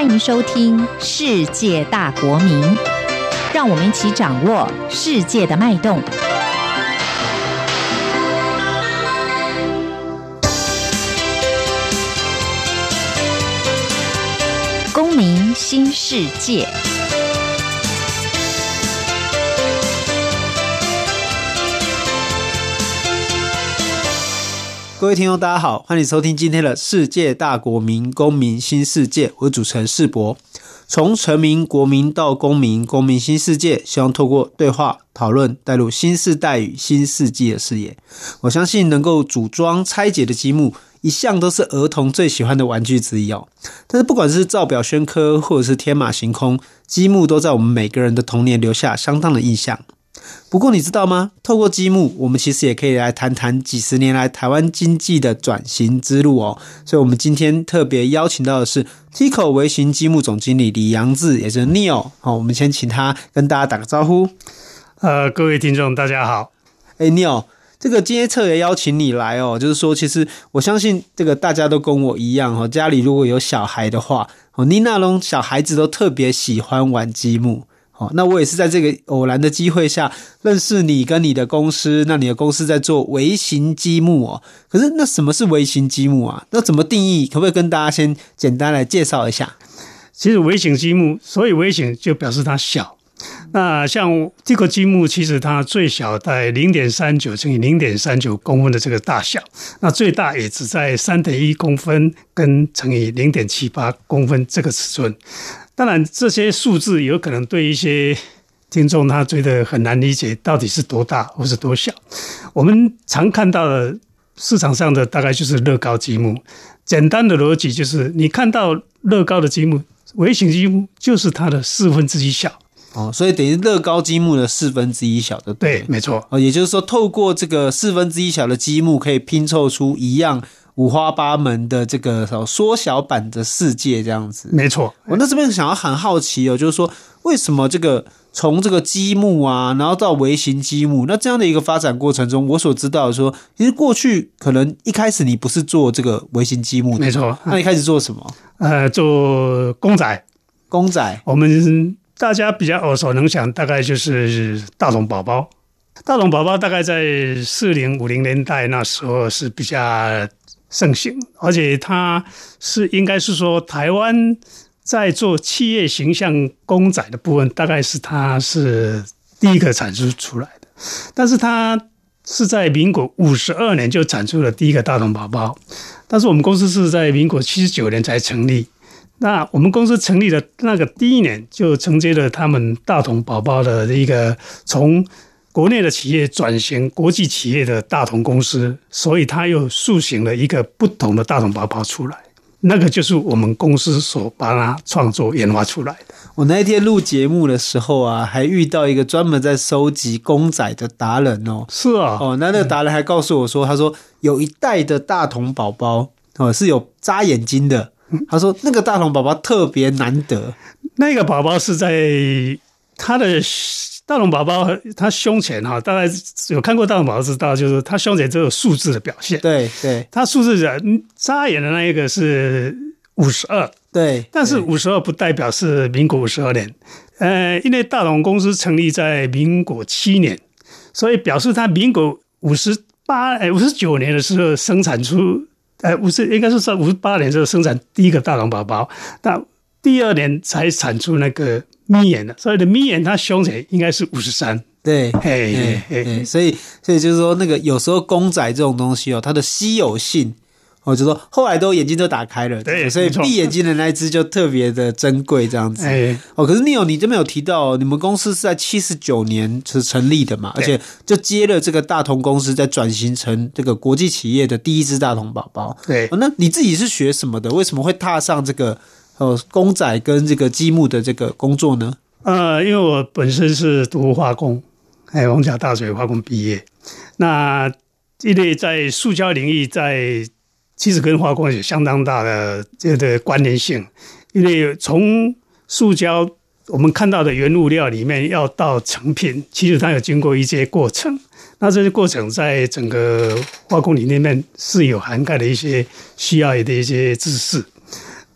欢迎收听《世界大国民》，让我们一起掌握世界的脉动。公民新世界。 各位听众大家好，欢迎收听今天的世界大国民公民新世界，我是主持人世博。从臣民国民到公民，公民新世界，希望透过对话讨论带入新世代与新世纪的视野。我相信能够组装拆解的积木一向都是儿童最喜欢的玩具之一哦。但是不管是造表宣科或者是天马行空，积木都在我们每个人的童年留下相当的印象。不过你知道吗？透过积木，我们其实也可以来谈谈几十年来台湾经济的转型之路哦。所以我们今天特别邀请到的是 TICO 微型积木总经理李扬志，也就是 Neil。我们先请他跟大家打个招呼。 各位听众大家好。 Neil， 这个今天特别邀请你来哦，就是说其实我相信这个大家都跟我一样哦，家里如果有小孩的话，你那种小孩子都特别喜欢玩积木。那我也是在这个偶然的机会下认识你跟你的公司，那你的公司在做微型积木哦。可是那什么是微型积木啊？那怎么定义？可不可以跟大家先简单来介绍一下？ 其实微型积木，所以微型就表示它小。那像TICO积木，其实它最小在 0.39 乘以 0.39 公分的这个大小，那最大也只在 3.1 公分跟乘以 0.78 公分这个尺寸。当然这些数字有可能对一些听众他觉得很难理解到底是多大或是多小。我们常看到的市场上的大概就是乐高积木，简单的逻辑就是你看到乐高的积木，微型积木就是它的1/4小。 所以等于乐高积木的1/4小的。 对，没错。 也就是说透过这个1/4小的积木可以拼凑出一样五花八门的这个缩小版的世界这样子。 没错。 我那这边想要很好奇哦，就是说为什么这个从这个积木啊，然后到微型积木，那这样的一个发展过程中，我所知道的说，其实过去可能一开始你不是做这个微型积木的。 没错。 那你开始做什么？ 做公仔。 公仔。 我们大家比较耳熟能详，大概就是大同宝宝。大同宝宝大概在40、50年代那时候是比较盛行，而且它是应该是说台湾在做企业形象公仔的部分，大概是它是第一个产出来的。但是它是在民国52年就产出了第一个大同宝宝，但是我们公司是在民国79年才成立。那我们公司成立的那个第一年就承接了他们大同宝宝的一个从国内的企业转型国际企业的大同公司，所以它又塑形了一个不同的大同宝宝出来，那个就是我们公司所把它创作研发出来的。 我那一天录节目的时候啊，还遇到一个专门在收集公仔的达人哦。 是啊。 那个达人还告诉我说，他说有一代的大同宝宝是有眨眼睛的。他说那个大同宝宝特别难得。 那个宝宝是在他的大同宝宝，他胸前大概有看过大同宝宝知道，就是他胸前都有数字的表现。 对对， 他数字的眨眼的那一个是52。 对， 但是52不代表是民国52年。因为大同公司成立在民国7年，所以表示他民国59年的时候生产出应该是在58年的时候生产第一个大同宝宝，那第二年才产出那个咪眼的，所以的咪眼它胸前应该是53。 对，所以就是说那个有时候公仔这种东西它的稀有性就说后来都眼睛都打开了，对，所以闭眼睛的那一只就特别的珍贵这样子。可是 Neil 你这边有提到你们公司是在79年是成立的嘛，而且就接了这个大同公司在转型成这个国际企业的第一只大同宝宝。 对， 那你自己是学什么的？为什么会踏上这个公仔跟这个积木的这个工作呢？ 因为我本身是读化工，逢甲大学化工毕业。那因为在塑胶领域其实跟化工有相当大的这个关联性，因为从塑胶我们看到的原物料里面要到成品，其实它有经过一些过程。那这些过程在整个化工理念里面是有涵盖的一些需要的一些知识。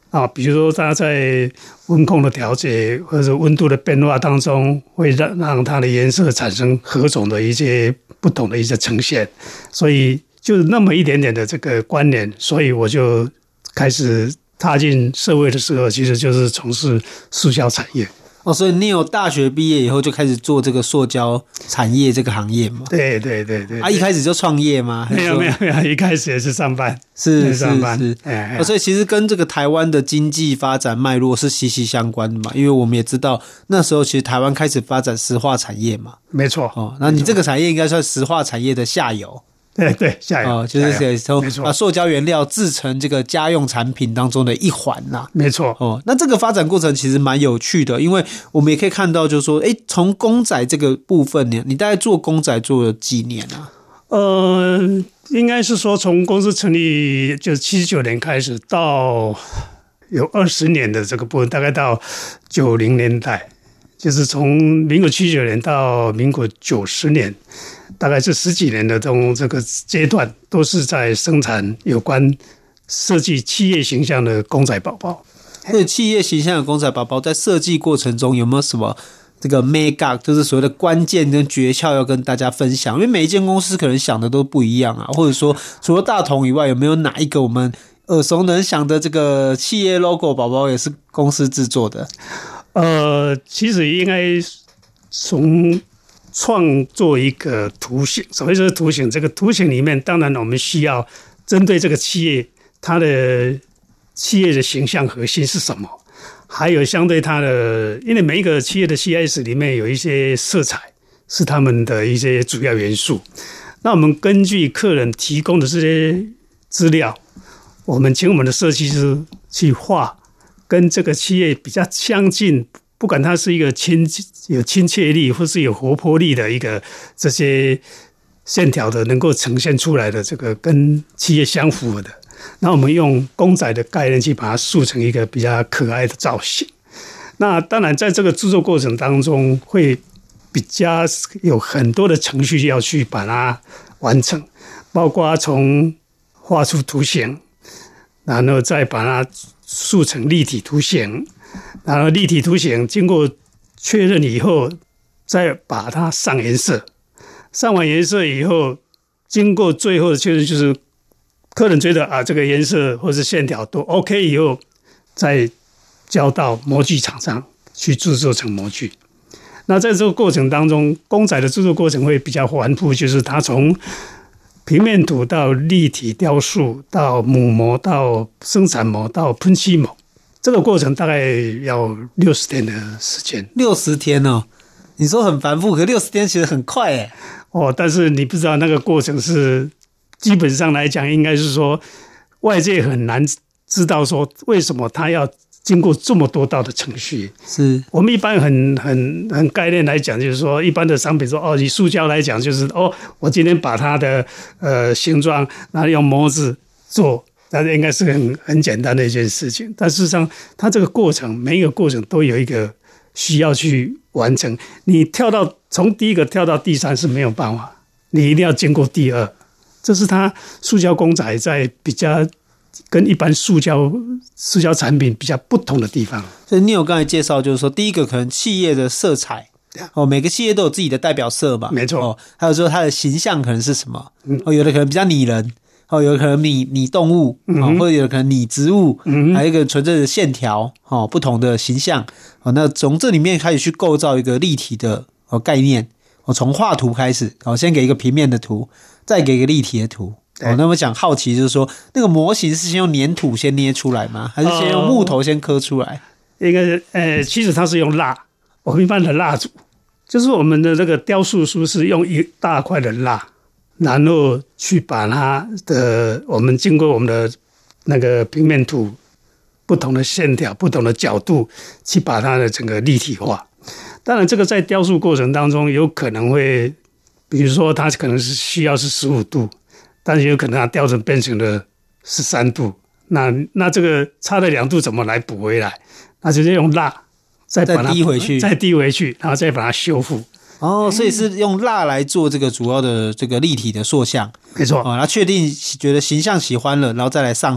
啊，比如说它在温控的调节或者温度的变化当中，会让它的颜色产生何种的一些不同的一些呈现，所以就那么一点点的这个关联，所以我就开始踏进社会的时候，其实就是从事塑胶产业。 哦，所以你有大学毕业以后就开始做这个塑胶产业这个行业吗？ 对。 啊，一开始就创业吗？ 没有，一开始也是上班， 是上班。 所以其实跟这个台湾的经济发展脉络是息息相关的嘛，因为我们也知道那时候其实台湾开始发展石化产业嘛。 没错。 哦，那你这个产业应该算石化产业的下游。 对，下游哦，就是从把塑胶原料制成这个家用产品当中的一环啦。 没错。 哦，那这个发展过程其实蛮有趣的，因为我们也可以看到，就是说，从公仔这个部分呢，你大概做公仔做了几年啊？ 应该是说从公司成立就是79年开始，到有20年的这个部分，大概到90年代，就是从民国79年到民国90年。大概是10几年的这个阶段，都是在生产有关设计企业形象的公仔宝宝。 这企业形象的公仔宝宝在设计过程中有没有什么这个 make up， 就是所谓的关键跟诀窍要跟大家分享？因为每一间公司可能想的都不一样啊，或者说除了大同以外，有没有哪一个我们耳熟能详的这个企业 logo 宝宝也是公司制作的？ 其实应该从创作一个图形，所谓是图形，这个图形里面，当然我们需要针对这个企业，它的企业的形象核心是什么，还有相对它的，因为每一个企业的 CIS 里面有一些色彩是他们的一些主要元素。那我们根据客人提供的这些资料，我们请我们的设计师去画跟这个企业比较相近，不管它是一个有亲切力或是有活泼力的一个这些线条的能够呈现出来的这个跟企业相符合的，那我们用公仔的概念去把它塑成一个比较可爱的造型。那当然在这个制作过程当中会比较有很多的程序要去把它完成，包括从画出图形，然后再把它塑成立体图形，然后立体图形经过确认以后，再把它上颜色，上完颜色以后，经过最后的确认，就是客人觉得啊这个颜色或是线条都 OK 以后，再交到模具厂商去制作成模具。那在这个过程当中，公仔的制作过程会比较繁复，就是它从平面图到立体雕塑，到母模，到生产模，到喷漆模。这个过程大概要60天的时间。 60天哦，你说很繁复，可60天其实很快耶。 但是你不知道那个过程是基本上来讲，应该是说外界很难知道说为什么他要经过这么多道的程序。 是我们一般很概念来讲，就是说一般的商品说以塑胶来讲，就是我今天把它的形状，然后用模子做。那应该是很简单的一件事情，但事实上，它这个过程每一个过程都有一个需要去完成。你从第一个跳到第3是没有办法，你一定要经过第2。这是它塑胶公仔在比较跟一般塑胶产品比较不同的地方。 所以你有刚才介绍，就是说第一个可能企业的色彩。每个企业都有自己的代表色嘛， 没错。 还有说它的形象可能是什么？有的可能比较拟人。有可能拟动物，或者有可能拟植物，还有一个纯粹的线条，不同的形象。那从这里面开始去构造一个立体的概念。从画图开始，先给一个平面的图，再给一个立体的图。那我想好奇就是说，那个模型是先用粘土先捏出来吗？还是先用木头先刻出来？ 应该其实它是用蜡，我们一般的蜡烛，就是我们的这个雕塑书是用一大块的蜡。然后去把它的，我们经过我们的那个平面图，不同的线条、不同的角度，去把它的整个立体化。当然，这个在雕塑过程当中，有可能会，比如说它可能是需要是15度，但是有可能它雕成变成了13度。那这个差了2度怎么来补回来？那就是用蜡再把它再滴回去，然后再把它修复。 所以是用蜡来做这个主要的这个立体的塑像， 没错。 然后确定觉得形象喜欢了，然后再来上色，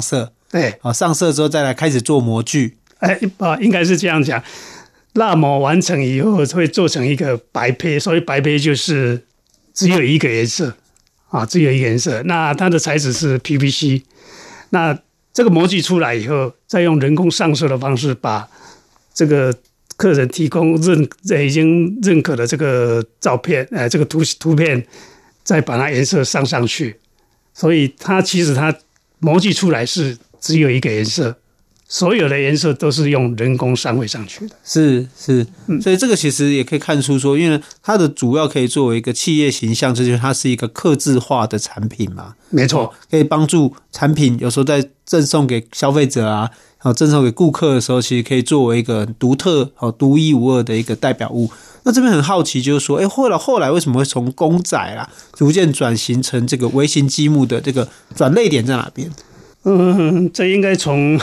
对， 上色之后再来开始做模具。 应该是这样讲。蜡模完成以后会做成一个白坯，所以白坯就是只有一个颜色只有一个颜色。那它的材质是 PVC。那这个模具出来以后，再用人工上色的方式，把这个客人提供已经认可的这个照片，这个图片，再把它颜色上去。所以其实它模具出来是只有一个颜色。所有的颜色都是用人工上绘上去的， 是，所以这个其实也可以看出说，因为它的主要可以作为一个企业形象，就是它是一个客制化的产品嘛， 没错， 可以帮助产品有时候在赠送给消费者啊，赠送给顾客的时候，其实可以作为一个独特、独一无二的一个代表物。那这边很好奇，就是说，后来为什么会从公仔啦，逐渐转型成这个微型积木的这个转捩点在哪边？ 这应该从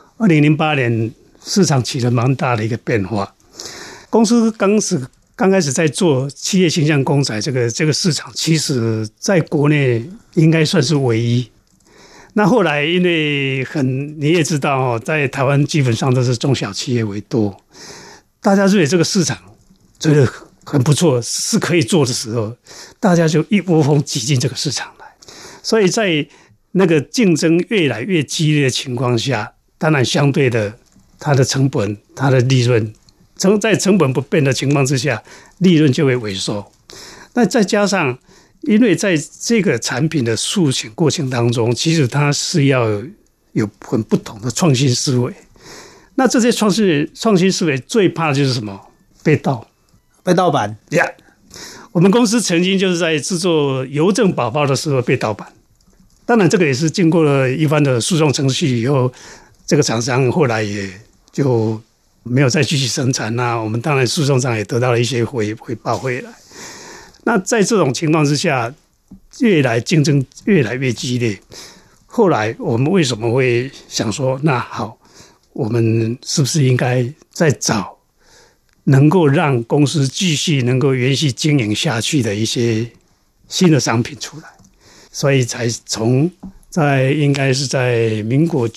2008年市场起了蛮大的一个变化。公司刚开始在做企业形象公仔这个市场，其实在国内应该算是唯一。那后来因为你也知道在台湾基本上都是中小企业为多，大家认为这个市场觉得很不错，是可以做的时候，大家就一窝蜂挤进这个市场来。所以在那个竞争越来越激烈的情况下，当然相对的它的成本、它的利润，在成本不变的情况之下，利润就会萎缩。那再加上因为在这个产品的塑形过程当中，其实它是要有很不同的创新思维。那这些创新思维最怕的就是什么？被盗版。我们公司曾经就是在制作邮政宝宝的时候被盗版。当然这个也是经过了一番的诉讼程序以后，这个厂商后来也就没有再继续生产。那我们当然诉讼上也得到了一些回报回来。那在这种情况之下，竞争越来越激烈。后来我们为什么会想说，那好，我们是不是应该再找能够让公司继续能够延续经营下去的一些新的商品出来？所以才应该是在民国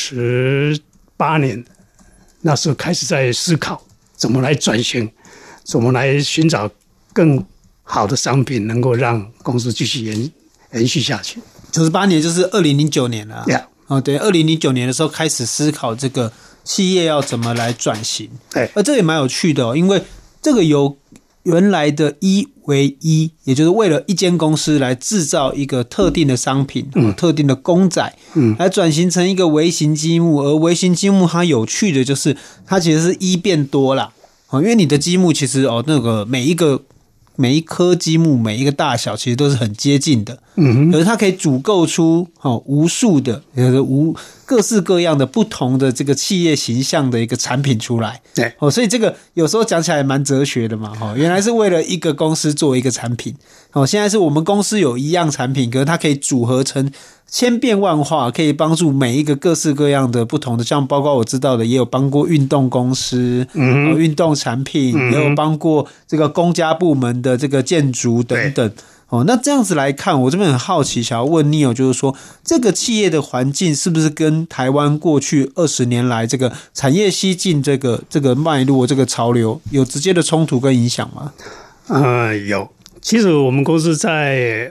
98年那时候开始在思考怎么来转型，怎么来寻找更好的商品，能够让公司继续延续下去。 98年就是2009年了。对，2009年的时候开始思考这个企业要怎么来转型。这也蛮有趣的因为这个由原来的一为一，也就是为了一间公司来制造一个特定的商品，特定的公仔，来转型成一个微型积木。而微型积木它有趣的就是它其实是一变多啦，因为你的积木其实那个每一颗积木每一个大小其实都是很接近的，可是它可以组构出无数的各式各样的不同的这个企业形象的一个产品出来。所以这个有时候讲起来蛮哲学的嘛，原来是为了一个公司做一个产品，现在是我们公司有一样产品，可是它可以组合成千变万化，可以帮助每一个各式各样的不同的，像包括我知道的也有帮过运动公司，运动产品，也有帮过这个公家部门的这个建筑等等。那这样子来看，我这边很好奇，想要问 Neil， 就是说这个企业的环境是不是跟台湾过去20年来这个产业西进这个脉络、这个潮流有直接的冲突跟影响吗？ 有。其实我们公司在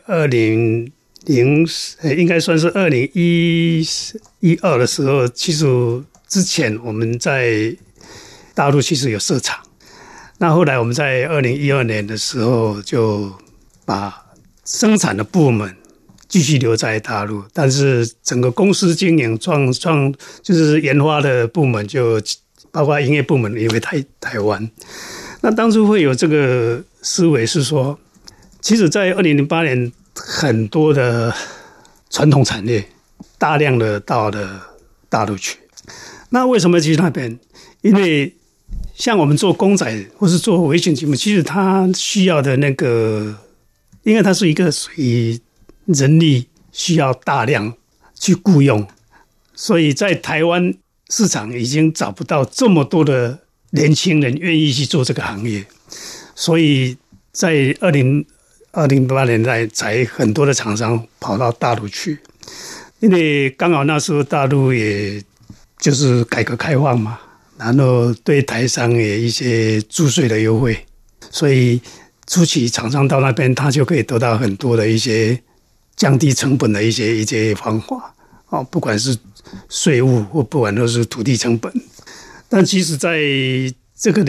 应该算是2012的时候，其实之前我们在大陆其实有设厂。那后来我们在2012年的时候就把生产的部门继续留在大陆，但是整个公司经营就是研发的部门，就包括营业部门也回台湾。那当初会有这个思维是说，其实在2008年很多的传统产业大量的到了大陆去。那为什么去那边？因为像我们做公仔或是做微型积木，其实它需要的因为它是一个属于人力需要大量去雇佣，所以在台湾市场已经找不到这么多的年轻人愿意去做这个行业，所以在2008年代才很多的厂商跑到大陆去。 因为刚好那时候大陆也就是改革开放嘛，然后对台商也一些租税的优惠，所以初期厂商到那边，他就可以得到很多的一些降低成本的一些方法哦，不管是税务或不管都是土地成本。但其实在这个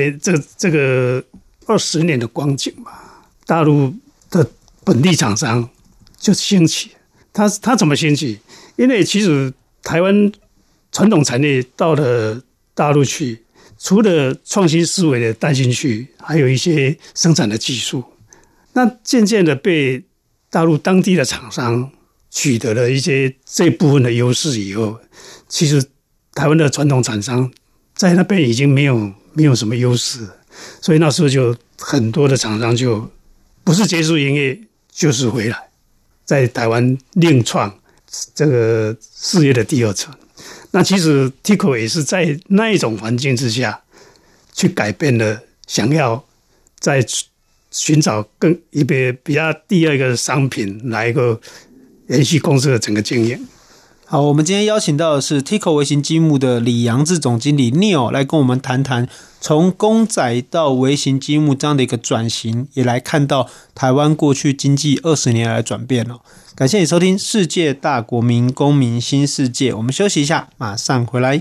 20年的光景嘛，大陆的本地厂商就兴起。他怎么兴起？因为其实台湾传统产业到了大陆去，除了创新思维的带进去，还有一些生产的技术，那渐渐的被大陆当地的厂商取得了一些这部分的优势以后，其实台湾的传统厂商在那边已经没有什么优势了，所以那时候就很多的厂商就不是结束营业就是回来，在台湾另创这个事业的第二层。那其实 TICO 也是在那一种环境之下去改变了，想要在寻找一个比较第二个商品来一个延续公司的整个经营。 好，我们今天邀请到的是 TICO 微型积木的李扬志总经理 Neil 来跟我们谈谈从公仔到微型积木这样的一个转型，也来看到台湾过去经济20年来的转变哦。感谢你收听世界大国民公民新世界，我们休息一下，马上回来。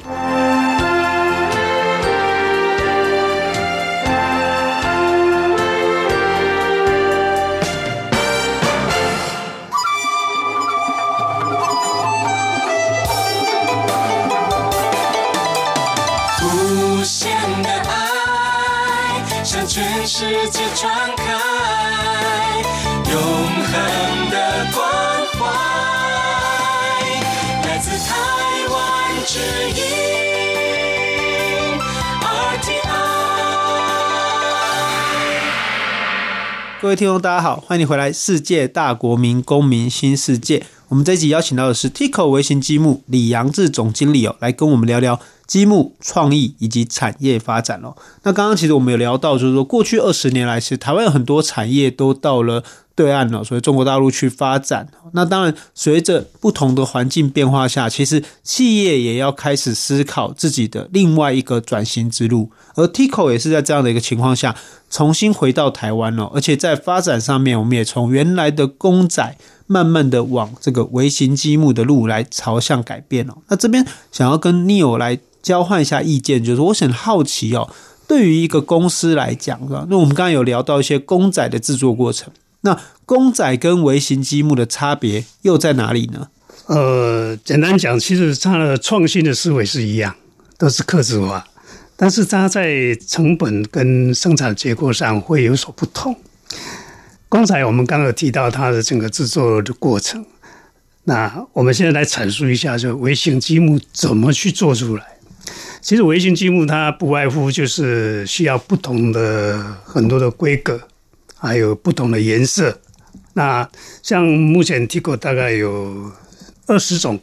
全世界传开，永恒的关怀，来自台湾之音 RTI。 各位听众大家好，欢迎回来世界大国民公民新世界。我们这一集邀请到的是 TICO 微型积木李扬志总经理来跟我们聊聊积木创意以及产业发展哦。那刚刚其实我们有聊到，就是说过去20年来，是台湾有很多产业都到了对岸了，所以中国大陆去发展。那当然，随着不同的环境变化下，其实企业也要开始思考自己的另外一个转型之路。而 TICO 也是在这样的一个情况下，重新回到台湾了，而且在发展上面，我们也从原来的公仔慢慢的往这个微型积木的路来朝向改变哦。那这边想要跟 Neil 来交换一下意见，就是我很好奇哦，对于一个公司来讲，那我们刚刚有聊到一些公仔的制作过程，那公仔跟微型积木的差别又在哪里呢？ 简单讲，其实它的创新的思维是一样，都是客制化，但是它在成本跟生产结构上会有所不同。刚才我们刚刚有提到它的整个制作的过程，那我们现在来阐述一下，就微型积木怎么去做出来。其实微型积木它不外乎就是需要不同的很多的规格，还有不同的颜色。那像目前 TICO 大概有20种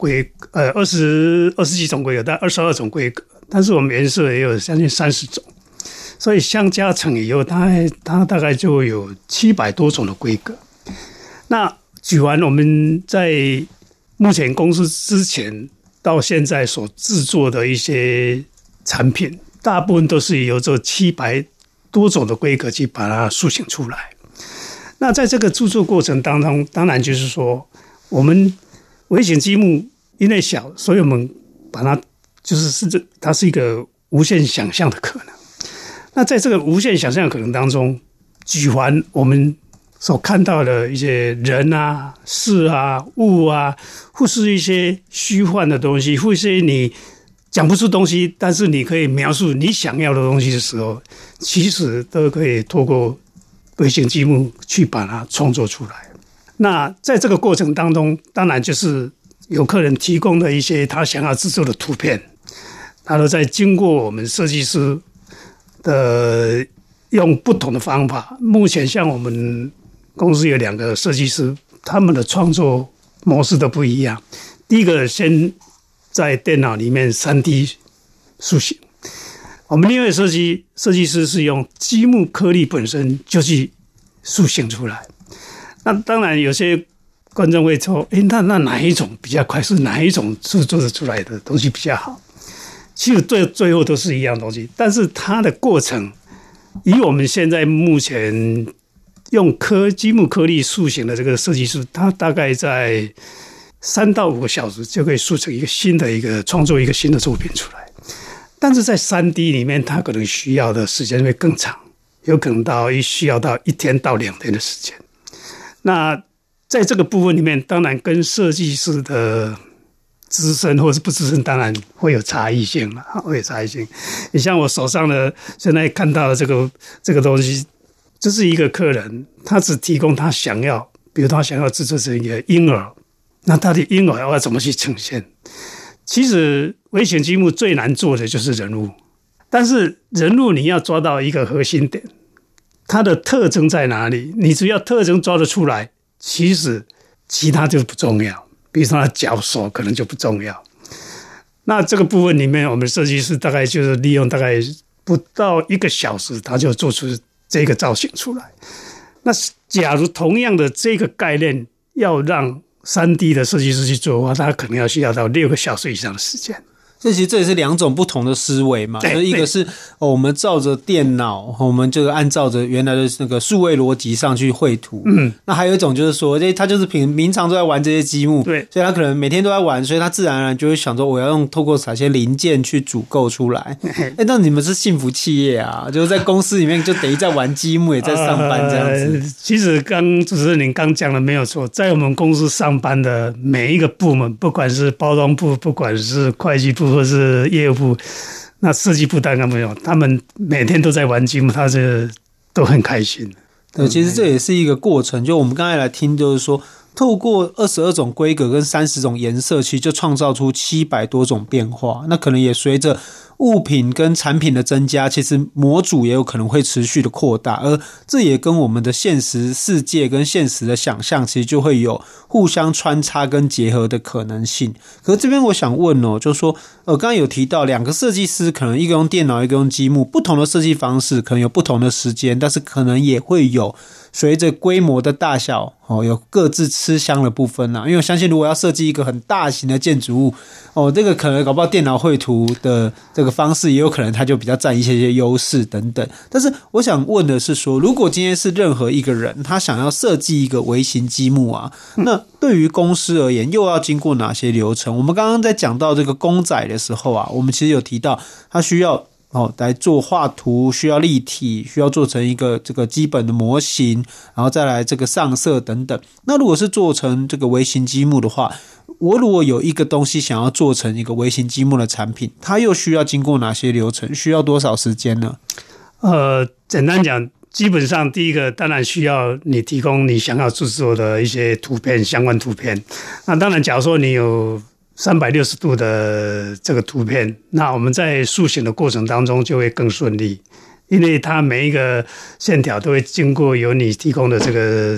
20几种规格，大概22种规格，但是我们颜色也有将近30种。所以相加成以后，它大概就有700多种的规格。那举完我们在目前公司之前到现在所制作的一些产品，大部分都是由这700多种的规格去把它塑形出来。那在这个制作过程当中，当然就是说，我们微型积木因为小，所以我们把它它是一个无限想象的可能。那在这个无限想象的可能当中，举凡我们所看到的一些人啊、事啊、物啊，或是一些虚幻的东西，或是你讲不出东西，但是你可以描述你想要的东西的时候，其实都可以透过微型积木去把它创作出来。那在这个过程当中，当然就是有客人提供的一些他想要制作的图片，他都在经过我们设计师的用不同的方法。目前像我们公司有2个设计师，他们的创作模式都不一样。第一个先在电脑里面 3D 塑形，我们另外设计师是用积木颗粒本身就去塑形出来。那当然有些观众会说：“那哪一种比较快？是哪一种是做得出来的东西比较好？”其实最后都是一样东西，但是它的过程，以我们现在目前用积木颗粒塑形的这个设计师，它大概在3到5个小时就可以塑成一个创作一个新的作品出来。但是在3D 里面，它可能需要的时间会更长，有可能需要到1天到2天的时间。那在这个部分里面，当然跟设计师的资深或是不资深，当然会有差异性了，会有差异性。你像我手上的现在看到的这个东西，这是一个客人，他只提供他想要，比如他想要制作成一个婴儿，那他的婴儿要怎么去呈现？其实微型积木最难做的就是人物，但是人物你要抓到一个核心点，它的特征在哪里？你只要特征抓得出来，其实其他就不重要，比如说他脚手可能就不重要。那这个部分里面，我们设计师大概就是利用大概不到1个小时，他就做出这个造型出来。那假如同样的这个概念要让3D 的设计师去做的话，他可能要需要到6个小时以上的时间。 其实这也是2种不同的思维嘛，就是一个是我们照着电脑，我们就按照着原来的那个数位逻辑上去绘图。那还有一种就是说，他就是平常都在玩这些积木，对，所以他可能每天都在玩，所以他自然而然就会想说，我要透过哪些零件去组构出来。那你们是幸福企业啊，就是在公司里面就等于在玩积木，也在上班这样子。 其实主持人您刚讲的没有错，在我们公司上班的每一个部门，不管是包装部，不管是会计部，或是业务部，那设计部当然没有，他们每天都在玩积木，他都很开心。 对，其实这也是一个过程。就我们刚才来听，就是说，透过22种规格跟30种颜色，其实就创造出700多种变化。那可能也随着物品跟产品的增加，其实模组也有可能会持续的扩大，而这也跟我们的现实世界跟现实的想象其实就会有互相穿插跟结合的可能性。可是这边我想问就是说刚刚有提到2个设计师，可能一个用电脑，一个用积木，不同的设计方式可能有不同的时间，但是可能也会有随着规模的大小有各自吃香的部分啦。因为我相信如果要设计一个很大型的建筑物这个可能搞不好电脑绘图的这个方式也有可能它就比较占一些优势等等。但是我想问的是说，如果今天是任何一个人他想要设计一个微型积木啊，那对于公司而言又要经过哪些流程？我们刚刚在讲到这个公仔的时候啊，我们其实有提到它需要来做画图，需要立体，需要做成一个这个基本的模型，然后再来这个上色等等。那如果是做成这个微型积木的话，我如果有一个东西想要做成一个微型积木的产品，它又需要经过哪些流程？需要多少时间呢？ 简单讲，基本上第一个当然需要你提供你想要制作的一些图片，相关图片。那当然假如说你有360度的这个图片，那我们在塑形的过程当中就会更顺利，因为它每一个线条都会经过由你提供的这个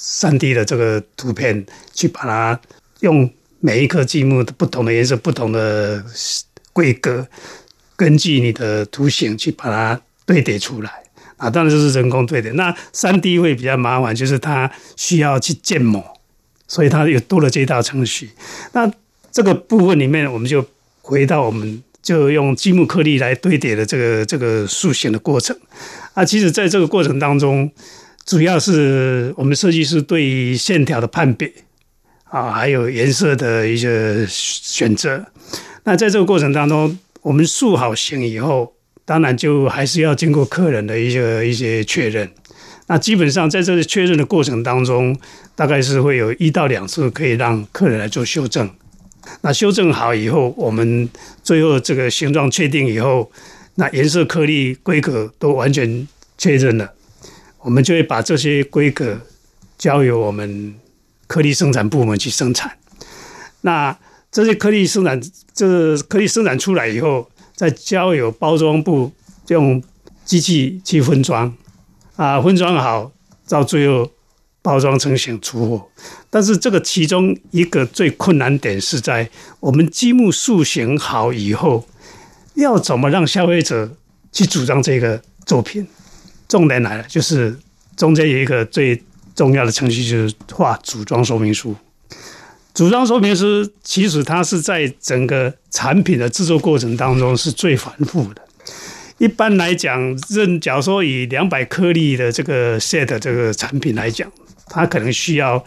3D 的这个图片去把它用每一颗积木的不同的颜色、不同的规格，根据你的图形去把它堆叠出来啊。当然就是人工堆叠。那 3D 会比较麻烦，就是它需要去建模，所以它有多了这一道程序。那这个部分里面，我们就回到我们就用积木颗粒来堆叠的这个塑形的过程啊。其实在这个过程当中，主要是我们设计师对于线条的判别啊，还有颜色的一些选择。那在这个过程当中，我们塑好形以后，当然就还是要经过客人的一些确认。那基本上在这个确认的过程当中，大概是会有1到2次可以让客人来做修正。那修正好以后，我们最后这个形状确定以后，那颜色颗粒规格都完全确认了，我们就会把这些规格交由我们颗粒生产部门去生产。那这些颗粒生产出来以后，再交由包装部用机器去分装啊，分装好到最后包装成型出货。但是这个其中一个最困难点是在我们积木塑形好以后，要怎么让消费者去主张这个作品？重点来了，就是中间有一个最重要的程序就是画组装说明书。组装说明书其实它是在整个产品的制作过程当中是最繁复的。一般来讲，假如说以200颗粒的这个 set 这个产品来讲，它可能需要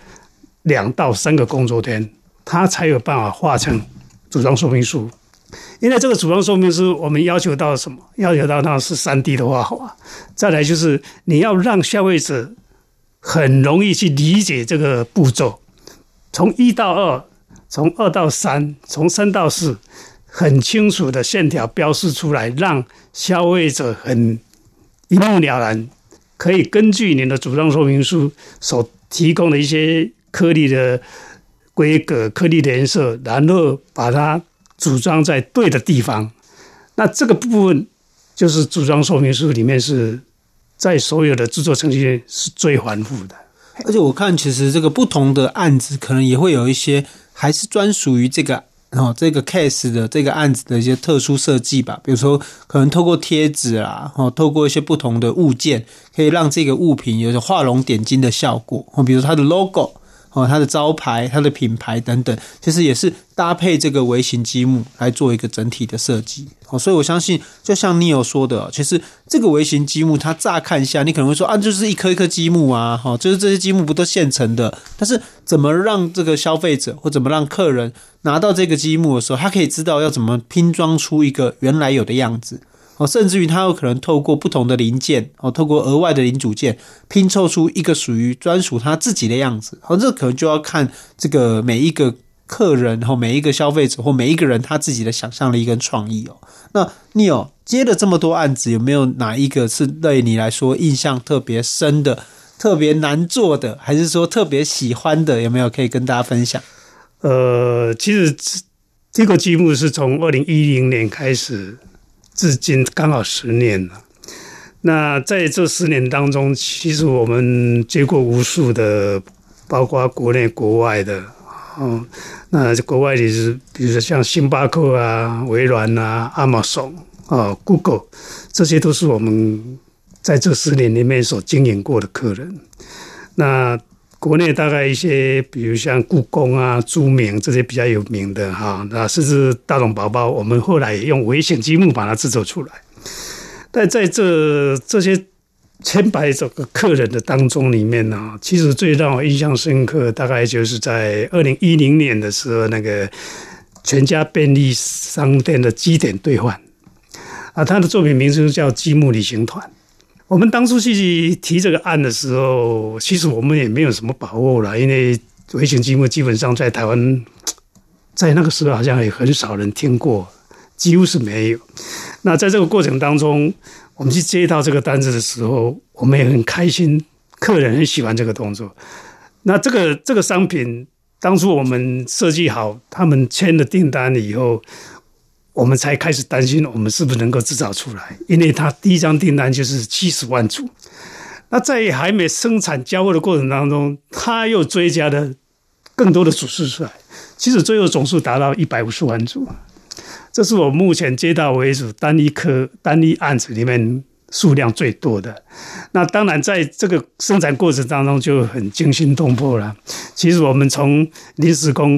2到3个工作天，它才有办法画成组装说明书。因为这个组装说明书，我们要求到什么？要求到它是 3D 的画法，再来就是你要让消费者很容易去理解这个步骤。从1到2，从2到3，从3到4，很清楚的线条标示出来，让消费者很一目了然，可以根据您的组装说明书所提供的一些颗粒的规格、颗粒的颜色，然后把它组装在对的地方。那这个部分就是组装说明书里面是在所有的制作程序是最繁复的。 而且我看其实这个不同的案子可能也会有一些还是专属于这个case 的这个案子的一些特殊设计吧，比如说可能透过贴纸啦，透过一些不同的物件，可以让这个物品有画龙点睛的效果，比如它的 logo， 它的招牌、它的品牌等等，其实也是搭配这个微型积木来做一个整体的设计。所以我相信就像你有说的，其实这个微型积木它乍看一下你可能会说就是一颗一颗积木啊，就是这些积木不都现成的，但是怎么让这个消费者或怎么让客人拿到这个积木的时候，他可以知道要怎么拼装出一个原来有的样子，甚至于他有可能透过不同的零件，透过额外的零组件拼凑出一个专属他自己的样子。这可能就要看这个每一个客人、每一个消费者或每一个人他自己的想象力跟创意。那你接了这么多案子，有没有哪一个是对你来说印象特别深的、特别难做的，还是说特别喜欢的？有没有可以跟大家分享？ 其实这个积木是从2010年开始，至今刚好10年了。那在这10年当中，其实我们接过无数的，包括国内国外的。那国外也是，比如说像星巴克啊、微软啊、Amazon Google， 这些都是我们在这10年里面所经营过的客人。那国内大概一些，比如像故宫啊、著名这些比较有名的那甚至大龙宝宝，我们后来也用微型积木把它制作出来。但在这些千百个客人的当中里面呢，其实最让我印象深刻，大概就是在2010年的时候，那个全家便利商店的积点兑换他的作品名字叫积木旅行团。我们当初去提这个案的时候，其实我们也没有什么把握了，因为微型积木基本上在台湾，在那个时候好像也很少人听过，几乎是没有。那在这个过程当中，我们去接到这个单子的时候，我们也很开心，客人很喜欢这个动作。那这个商品，当初我们设计好，他们签了订单以后，我们才开始担心我们是不是能够制造出来，因为他第一张订单就是70万组。那在还没生产交货的过程当中，他又追加了更多的组数出来，其实最后总数达到150万组。这是我目前接到为止单一案子里面数量最多的。那当然在这个生产过程当中就很惊心动魄了。其实我们从临时工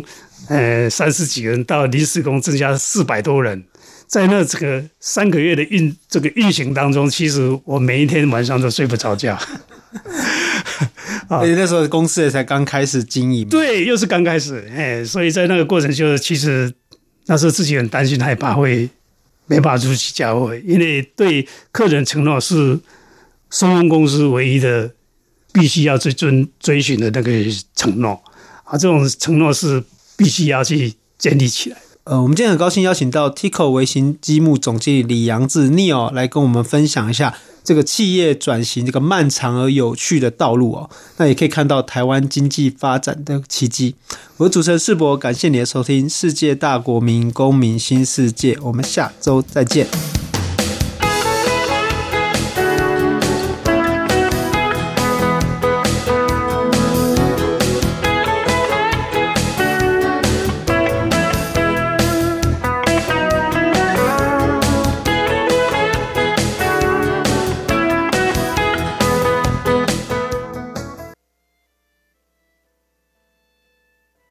30几个人到临时工增加400多人，在那这个3个月的运行当中，其实我每一天晚上都睡不着觉。 而且那时候公司也才刚开始经营， 对，又是刚开始，所以在那个过程就其实那时候自己很担心害怕会没办法出去交货，因为对客人承诺是收工公司唯一的必须要追寻的那个承诺这种承诺是必须要去建立起来的。 我们今天很高兴邀请到 TICO 微型积木总经理李扬志 Neil 来跟我们分享一下这个企业转型这个漫长而有趣的道路那也可以看到台湾经济发展的奇迹。我是主持人世博，感谢你的收听，世界大国民公民新世界，我们下周再见。